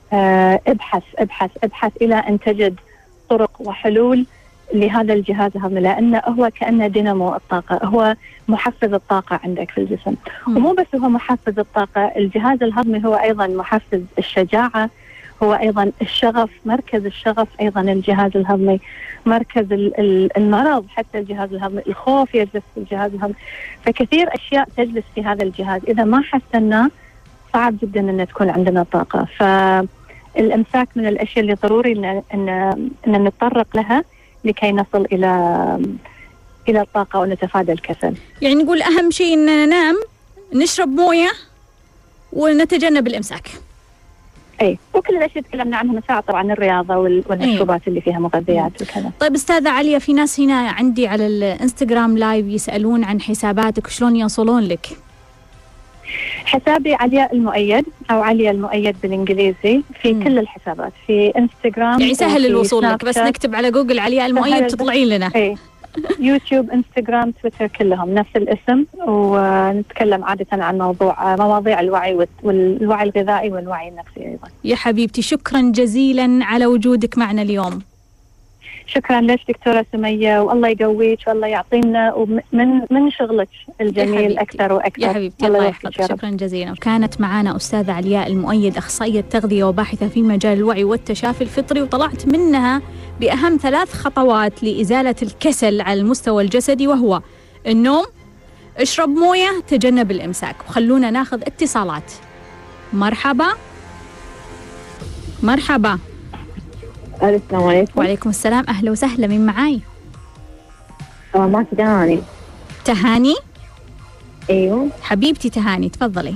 آه ابحث ابحث ابحث إلى أن تجد طرق وحلول لهذا الجهاز الهضمي، لأنه هو كأنه دينامو الطاقة، هو محفز الطاقة عندك في الجسم. م. ومو بس هو محفز الطاقة، الجهاز الهضمي هو أيضا محفز الشجاعة، هو أيضا الشغف، مركز الشغف أيضا الجهاز الهضمي، مركز المرض حتى الجهاز الهضمي، الخوف يجلس في الجهاز الهضمي. فكثير أشياء تجلس في هذا الجهاز، إذا ما حسناه صعب جدا أن تكون عندنا طاقة. فالإمساك من الأشياء اللي ضروري أن, أن, أن نتطرق لها لكي نصل إلى إلى الطاقة ونتفادى الكسل. يعني نقول أهم شيء أننا ننام، نشرب موية، ونتجنب الإمساك. أي، وكل الأشياء تكلمنا عنها من ساعة، طبعا الرياضة والمشروبات أيه. اللي فيها مغذيات وكذا. طيب أستاذة عليا، في ناس هنا عندي على الانستغرام لايف يسألون عن حساباتك، شلون يوصلون لك؟ حسابي علياء المؤيد أو علياء المؤيد بالإنجليزي في م. كل الحسابات، في انستغرام يعني سهل الوصول لك، بس نكتب على جوجل علياء المؤيد تطلعين لنا. ايه يوتيوب، انستغرام، تويتر، كلهم نفس الاسم، ونتكلم عادة عن موضوع مواضيع الوعي والوعي الغذائي والوعي النفسي أيضا. يا حبيبتي شكرا جزيلا على وجودك معنا اليوم. شكرا لك دكتورة سمية، والله يقويك والله يعطينا من من شغلك الجميل أكثر وأكثر. يا حبيبتي الله يحفظك، شكرا جزيلا. كانت معنا أستاذة علياء المؤيد، أخصائية تغذية وباحثة في مجال الوعي والتشافي الفطري، وطلعت منها بأهم ثلاث خطوات لإزالة الكسل على المستوى الجسدي، وهو النوم، اشرب موية، تجنب الإمساك. وخلونا ناخذ اتصالات. مرحبا مرحبا. السلام عليكم. وعليكم السلام، أهلا وسهلا، من معاي؟ آه معك تهاني. تهاني؟ أيوه حبيبتي تهاني، تفضلي.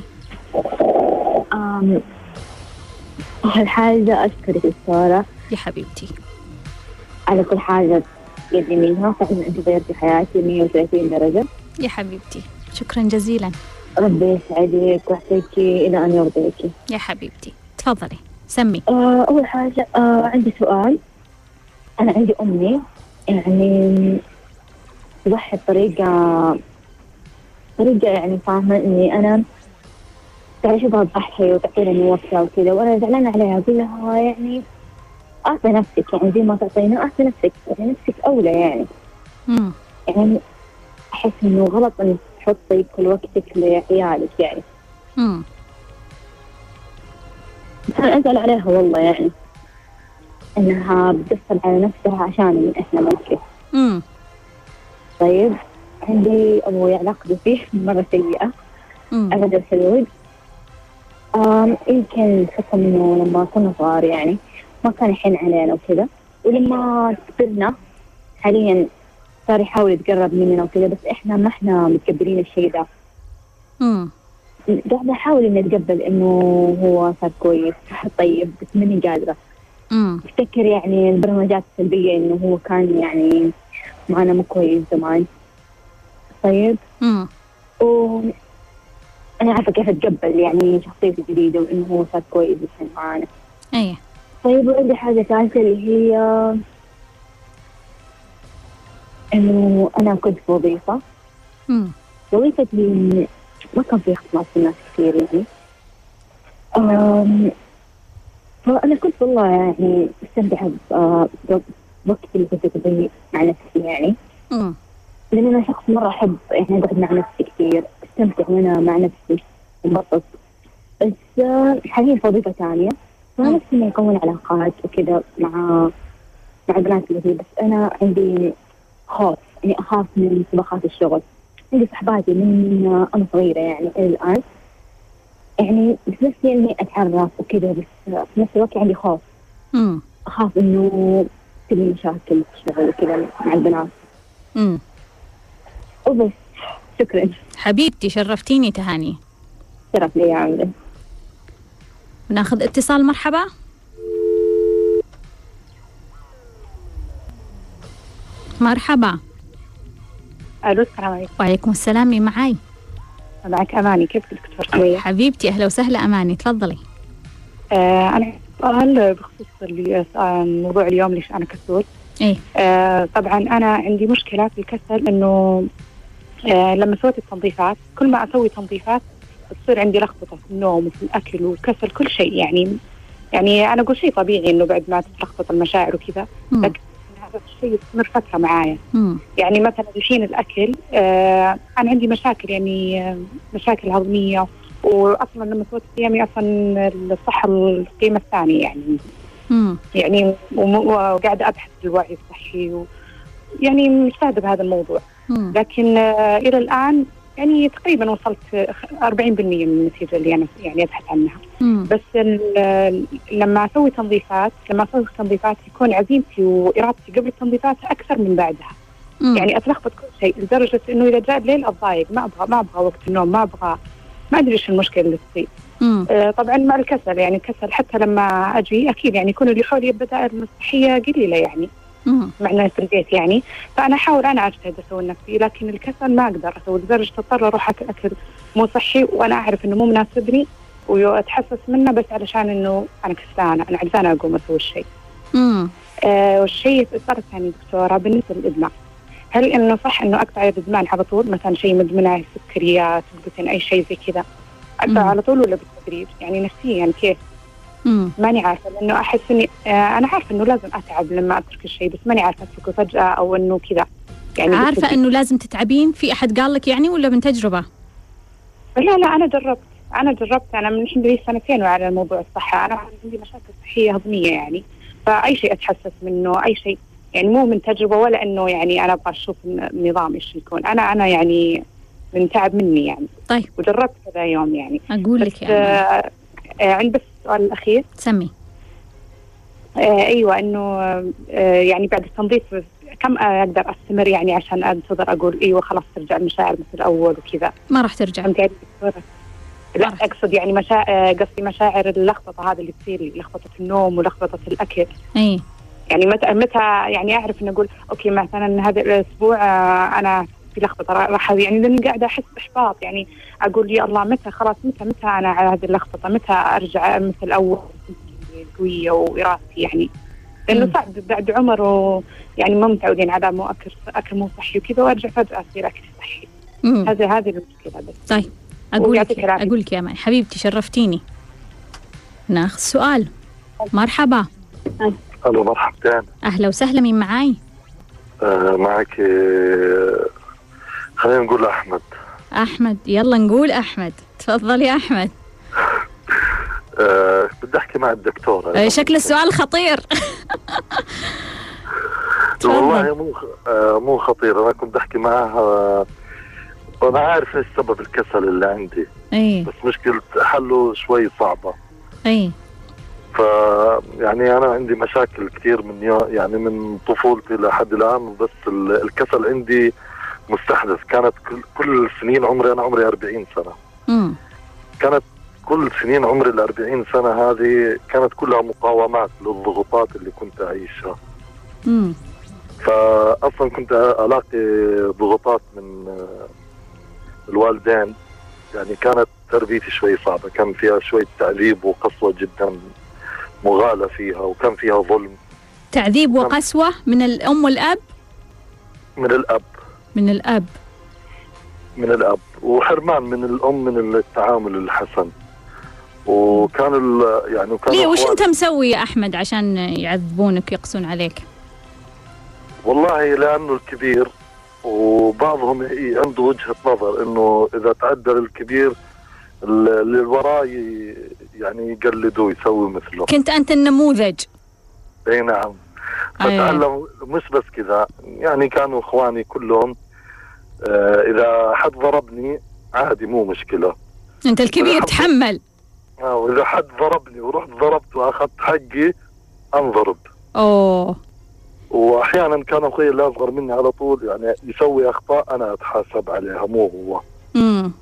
أم أول حاجة أشكرك دكتورة يا حبيبتي على كل حاجة تقدمينها، فإن أنت غيرتي حياتي مية وثلاثين درجة. يا حبيبتي شكرا جزيلا. ربي يسعدك ويحفظك إلى أن يرضيك. يا حبيبتي تفضلي سمي. آه أول حاجة آه عندي سؤال. أنا عندي أمي يعني توحد طريقة طريقة يعني فاهمة إني أنا تعرفي بضحي وتعطيني وقتها وكذا، وأنا زعلانة عليها. أقول لها يعني أعطي نفسك، يعني زي ما تعطينا أعطي نفسك، يعني نفسك أولى يعني. مم. يعني أحس إنه غلط إنك تحطي كل وقتك لعيالك يعني. امم أنا أزعل عليها والله، يعني إنها بتفصل على نفسها عشان إحنا ممكن. امم طيب عندي أبوي علاقته فيه مرة سيئة أبدا الحدود. يمكن بحكم إنه لما كنا صغار يعني ما كان يحن علينا وكذا، ولما كبرنا حاليا صار يحاول يتقرب مننا وكذا، بس إحنا ما إحنا متقبلين الشيء ده. امم قاعدة أحاول إني أتقبل إنه هو صار كويس طيب، بس ماني قادرة. امم أفتكر يعني البرمجات السلبية إنه هو كان يعني معنا مو كويس زمان. طيب امم وأنا عارفة كيف أتقبل يعني شخصيته جديدة وإنه هو صار كويس الحين معانا. أيه. طيب وعندي حاجة ثالثة اللي هي إنه أنا كنت في وظيفة. امم وظيفتي ما كان في اختلاط في الناس كثير يعني. أم فأنا كنت والله يعني استمتع بوقتي اللي كنت أقضيه مع نفسي يعني. امم لأن أنا شخص مرة أحب يعني أقعد مع نفسي كثير، استمتع وأنا مع نفسي وانبسط. بس حاليا في وظيفة ثانية، فأنا نفسي إني أكون علاقات وكذا مع مع البنات اللي فيه، بس أنا عندي خوف يعني أخاف من طبخات الشغل. عندي صحباتي من أنا صغيرة يعني إلى الآن، يعني بس نفسي إني أتعرف وكذا، بس في نفس الوقت عندي خوف. امم أخاف إنه تجي مشاكل في الشغل وكذا مع البنات. امم وبس. شكرا حبيبتي شرفتيني تهاني. شرف لي يا عمري. ناخذ اتصال. مرحبا. مرحبا. ألو السلام عليكم. وعليكم السلام، مين معاي؟ معك أماني. كيف دكتور سمية؟ حبيبتي أهلا وسهلا أماني، تفضلي. آه أنا سؤال بخصوص اللي موضوع اليوم، ليش أنا كسول. إيه؟ آه طبعا أنا عندي مشكلة في الكسل، إنه آه لما سويت التنظيفات كل ما أسوي تنظيفات تصير عندي لخبطة في النوم وفي الأكل وكسل كل شيء يعني. يعني أنا أقول شيء طبيعي إنه بعد ما تتلخبط المشاعر وكذا، لكن هذا الشيء يستمر فترة معايا. مم. يعني مثلا الحين الأكل، آه أنا عندي مشاكل، يعني آه مشاكل هضمية، وأصلا لما سويت صيامي أصلا الصحة القيمة الثانية يعني. مم. يعني وقاعدة أبحث في الوعي الصحي، و يعني مجتهدة بهذا الموضوع. مم. لكن آه إلى الآن يعني تقريبا وصلت أربعين بالمئة من النتيجة اللي أنا يعني أبحث عنها. مم. بس لما أسوي تنظيفات لما أسوي تنظيفات يكون عزيمتي وإرادتي قبل التنظيفات أكثر من بعدها. مم. يعني أتلخبط كل شيء لدرجة إنه إذا جاء الليل أتضايق، ما أبغى ما أبغى وقت النوم، ما أبغى، ما أدري إيش المشكلة اللي تصير. آه طبعا مع الكسل، يعني الكسل حتى لما أجي أكيد يعني يكون اللي حولي بدائل صحية قليلة يعني. مم. معنا في البيت يعني، فأنا أحاول أنا أجتهد أسوي نفسي، لكن الكسل ما أقدر أسوي لدرجة أضطر أروح أكل أكل مو صحي وأنا أعرف إنه مو مناسبني وأتحسس منه، بس علشان إنه أنا كسلانة، أنا عجزانة أقوم أسوي الشيء. امم آه والشيء صار ثاني دكتورة بالنسبة للإدمان، هل إنه صح إنه أقطع الإدمان على طول، مثلا شيء مدمنة سكريات جلوتين أي شيء زي كذا، أقطع على طول ولا بالتدريج؟ يعني نفسيا يعني كيف؟ امم ماني عارفة، لأنه أحس إني آه أنا عارفة إنه لازم أتعب لما أترك الشيء، بس ماني عارفة أتركه فجأة أو إنه كذا. يعني عارفة إنه لازم تتعبين؟ في أحد قال لك يعني ولا من تجربة؟ لا لا أنا جربت أنا جربت أنا من الحين لي سنتين وعلى الموضوع الصحة، أنا عندي مشاكل صحية هضمية يعني، فأي شيء أتحسس منه، أي شيء يعني مو من تجربة ولا إنه يعني أنا أبغى أشوف النظام إيش يكون، أنا أنا يعني من تعب مني يعني. طيب وجربت كذا يوم يعني. أقول لك يعني آه آه عندي بس السؤال الأخير. سمي. آه أيوة إنه آه يعني بعد التنظيف كم أقدر أستمر يعني عشان أنتظر أقول أيوة خلاص ترجع المشاعر مثل الأول وكذا؟ ما راح ترجع. لا أقصد يعني مشاعر، قصدي مشاعر اللخبطة هذا اللي تصير لي، لخبطة النوم ولخبطة الأكل. أي يعني متى متى يعني أعرف إن أقول أوكي مثلا هذا الأسبوع أنا في لخبطة راح، يعني لأني قاعدة أحس بإحباط، يعني أقول يا الله متى خلاص متى متى أنا على هذه اللخبطة، متى أرجع مثل الأول قوية وإرادتي يعني، لأنه صعب بعد عمر ويعني ما متعودين على مو أكل أكل مو صحي وكذا، وأرجع فجأة أصير أكل صحي. هذا هذه المشكلة بس. طيب أقول لك أقول لك يا مان حبيبتي شرفتيني. ناخذ سؤال. مرحبا. ألو مرحبتين. أهلا وسهلا، مين معاي؟ آه معك آه خلينا نقول أحمد. أحمد يلا نقول أحمد، تفضل يا أحمد. آه بدي أحكي مع الدكتورة. آه شكل السؤال خطير. والله مو آه مو خطير، أنا كنت أحكي معها وأنا عارف إيش سبب الكسل اللي عندي. أي. بس مشكلة حله شوي صعبة. أي. ف يعني أنا عندي مشاكل كثير من يعني من طفولتي لحد الآن، بس الكسل عندي مستحدث، كانت كل كل سنين عمري، أنا عمري أربعين سنة. امم كانت كل سنين عمري الأربعين سنة هذه كانت كلها مقاومات للضغوطات اللي كنت أعيشها. امم فأصلا كنت ألاقي ضغوطات من الوالدين، يعني كانت تربيتي شوي صعبة، كان فيها شوي تعذيب وقسوة جدا مغالى فيها، وكان فيها ظلم. تعذيب وقسوة من الأم والأب؟ من الأب. من الأب. من الأب وحرمان من الأم من التعامل الحسن. وكان يعني وكان ليه وش أنت مسوي يا أحمد عشان يعذبونك ويقسون عليك؟ والله لأنه الكبير، وبعضهم عنده وجهة نظر إنه إذا تعدل الكبير اللي وراه يعني يقلدوه يسوي مثله. كنت أنت النموذج. اي نعم. فتعلم مش بس كذا، يعني كانوا إخواني كلهم آه إذا حد ضربني عادي مو مشكلة، أنت الكبير تحمل. آه وإذا حد ضربني ورحت ضربت وأخذت حقي أنضرب. أوه. وأحيانا كان أخوي اللي أصغر مني على طول يعني يسوي أخطاء أنا أتحاسب عليها مو هو. امم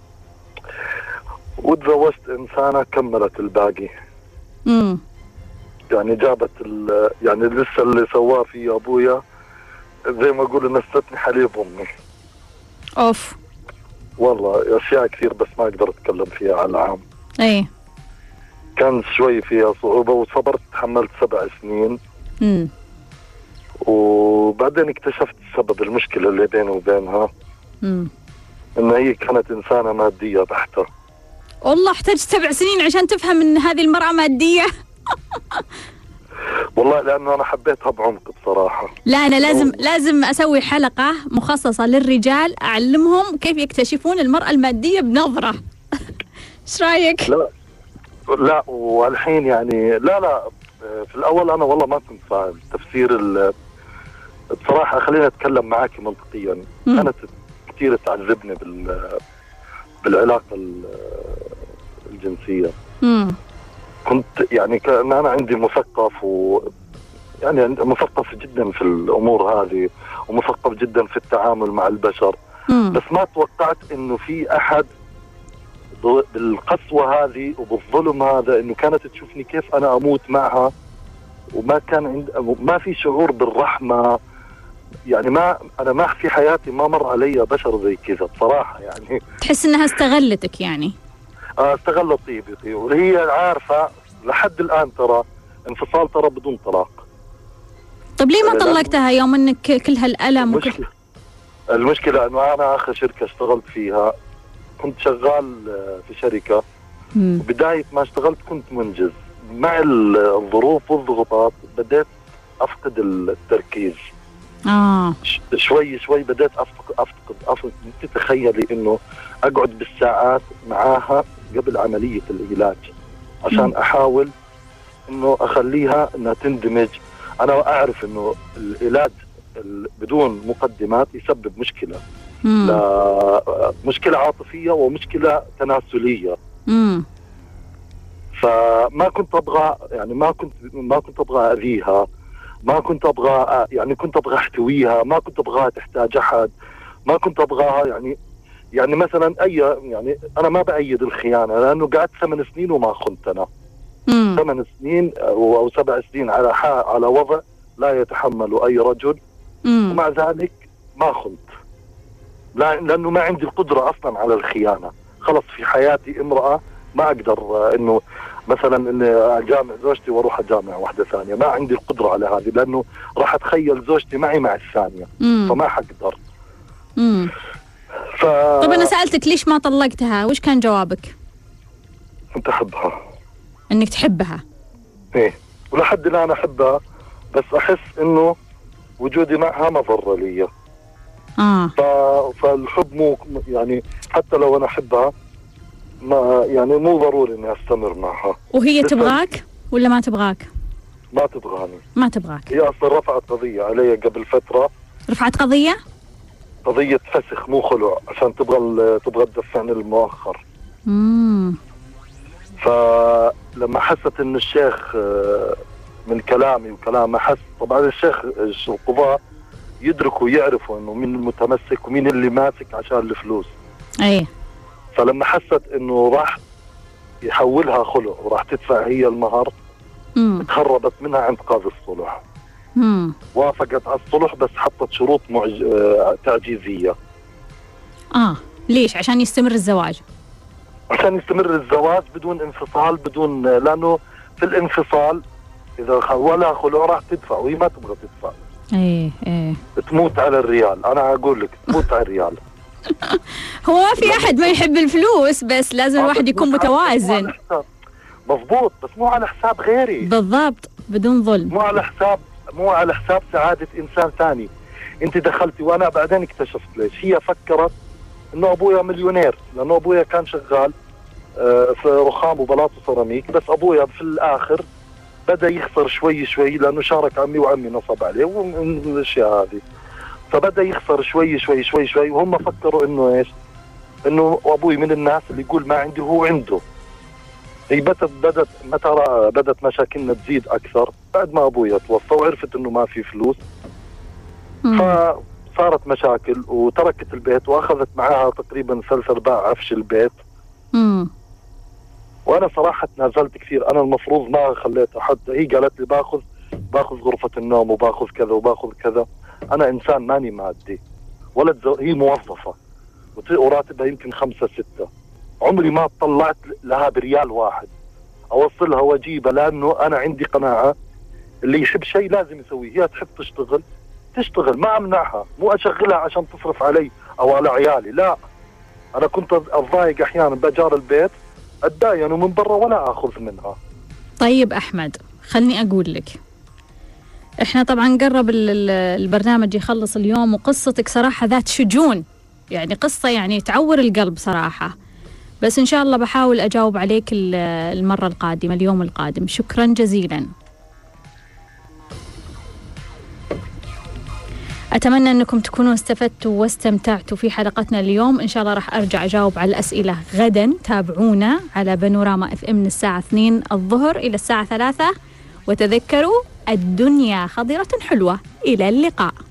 وتزوجت إنسانة كملت الباقي. امم يعني جابت يعني لسه اللي سواه في أبويا زي ما أقول نستني حليب أمي. أوف. والله أشياء كثير بس ما أقدر أتكلم فيها على العام. إيه. كان شوي فيها صعوبة وصبرت، تحملت سبع سنين. امم وبعدين اكتشفت سبب المشكلة اللي بيني وبينها. امم إن هي كانت إنسانة مادية بحتة. والله احتجت سبع سنين عشان تفهم إن هذه المرأة مادية. والله لأنه أنا حبيتها بعمق بصراحة. لا أنا لازم لازم أسوي حلقة مخصصة للرجال أعلمهم كيف يكتشفون المرأة المادية بنظرة. إيش رأيك؟ لا لا والحين يعني لا لا في الأول أنا والله ما كنت فاهم تفسير ال بصراحة. خلينا أتكلم معك منطقيا. م. كانت كثير تعذبني بال بالعلاقة الجنسية. م. كنت يعني كان أنا عندي مثقف و يعني مثقف جدا في الأمور هذه ومثقف جدا في التعامل مع البشر. م. بس ما توقعت إنه في أحد بالقسوة هذه وبالظلم هذا إنه كانت تشوفني كيف أنا أموت معها وما كان عند ما في شعور بالرحمة. يعني ما أنا ما في حياتي ما مر علي بشر زي كذا بصراحة. يعني تحس إنها استغلتك يعني؟ آه استغلت طيبتي وهي عارفة لحد الآن ترى انفصال ترى بدون طلاق. طب ليه ما طلقتها يوم إنك كل هالألم؟ المشكلة, المشكلة إنه أنا آخر شركة اشتغلت فيها كنت شغال في شركة. مم. بداية ما اشتغلت كنت منجز. مع الظروف والضغوطات بدأت أفقد التركيز. آه. شوي شوي بدأت أفقد أفقد أفقد تتخيلي إنه أقعد بالساعات معاها قبل عملية العلاج عشان مم. أحاول إنه أخليها إنها تندمج. أنا أعرف إنه العلاج بدون مقدمات يسبب مشكلة. لا مشكلة عاطفية ومشكلة تناسلية. مم. فما كنت أبغى يعني ما كنت ما كنت أبغى أذيها. ما كنت أبغى يعني كنت أبغى أحتويها. ما كنت أبغاها تحتاج أحد. ما كنت أبغاها يعني يعني مثلا أي يعني أنا ما بأيد الخيانة لأنه قعدت ثمان سنين وما خنت أنا. مم. ثمان سنين أو سبع سنين على على وضع لا يتحمل أي رجل. مم. ومع ذلك ما خنت. لأنه ما عندي القدرة أصلا على الخيانة. خلص في حياتي امرأة ما أقدر إنه مثلا إني أجامع زوجتي وأروح أجامع واحدة ثانية. ما عندي القدرة على هذه لأنه راح أتخيل زوجتي معي مع الثانية. مم. فما حقدر. مم. ف... طب أنا سألتك ليش ما طلقتها وش كان جوابك؟ كنت أحبها. إنك تحبها؟ إيه ولحد الآن أحبها بس أحس إنه وجودي معها مضر لي. آه. فالحب مو يعني حتى لو أنا أحبها ما يعني مو ضروري إني أستمر معها. وهي تبغاك ولا ما تبغاك؟ ما تبغاني. ما تبغاك. هي أصلا رفعت قضية علي قبل فترة. رفعت قضية؟ قضية فسخ مو خلع عشان تبغى تبغى تدفعني المؤخر. امم. فلما حست إن الشيخ من كلامي وكلامه حس طبعا الشيخ القضاء يدركوا ويعرفوا انه مين المتمسك ومين اللي ماسك عشان الفلوس. ايه. فلما حست انه راح يحولها خلع وراح تدفع هي المهر امم تهربت منها عند قاضي الصلح. امم وافقت على الصلح بس حطت شروط معج... تعجيزية. اه ليش؟ عشان يستمر الزواج. عشان يستمر الزواج بدون انفصال بدون لانه في الانفصال اذا ولا خلع راح تدفع وهي ما تبغى تدفع. ايه ايه تموت على الريال. انا اقول لك تموت على الريال. هو ما في احد ما يحب الفلوس بس لازم الواحد يكون متوازن. مضبوط بس مو على حساب غيري. بالضبط بدون ظلم. مو على حساب مو على حساب سعادة انسان ثاني. انت دخلتي وانا بعدين اكتشفت ليش. هي فكرت انه ابويا مليونير لانه ابويا كان شغال في رخام وبلاط وسيراميك بس ابويا في الاخر بدأ يخسر شوي شوي لأنه شارك عمي وعمي نصب عليه ومن الأشياء هذه. فبدأ يخسر شوي شوي شوي شوي وهم فكروا إنه إيش؟ إنه أبوي من الناس اللي يقول ما عندي هو عنده. هي بدت بدت متى بدت مشاكلنا تزيد أكثر بعد ما أبويا توفى وعرفت إنه ما في فلوس. فصارت مشاكل وتركت البيت وأخذت معها تقريبا ثلاث أرباع عفش البيت. مم. وانا صراحه تنازلت كثير. انا المفروض ما خليتها حتى هي قالت لي باخذ باخذ غرفه النوم وباخذ كذا وباخذ كذا. انا انسان ماني مادي ولا تزو... هي موظفه وراتبها يمكن خمسة ستة. عمري ما طلعت لها بريال واحد اوصلها واجيبها لانه انا عندي قناعه اللي يحب شيء لازم يسويه. هي تحب تشتغل تشتغل ما امنعها. مو اشغلها عشان تصرف علي او على عيالي لا. انا كنت اتضايق احيانا باجار البيت اتداين ومن برا ولا اخذ منها. طيب أحمد، خلني أقول لك، إحنا طبعا قرب البرنامج يخلص اليوم، وقصتك صراحة ذات شجون، يعني قصة يعني تعور القلب صراحة، بس إن شاء الله بحاول أجاوب عليك المرة القادمة، اليوم القادم. شكرا جزيلا. أتمنى أنكم تكونوا استفدتوا واستمتعتوا في حلقتنا اليوم. إن شاء الله راح أرجع أجاوب على الأسئلة غدا. تابعونا على بانوراما اف ام من الساعة اثنين الظهر إلى الساعة ثلاثة، وتذكروا الدنيا خضرة حلوة. إلى اللقاء.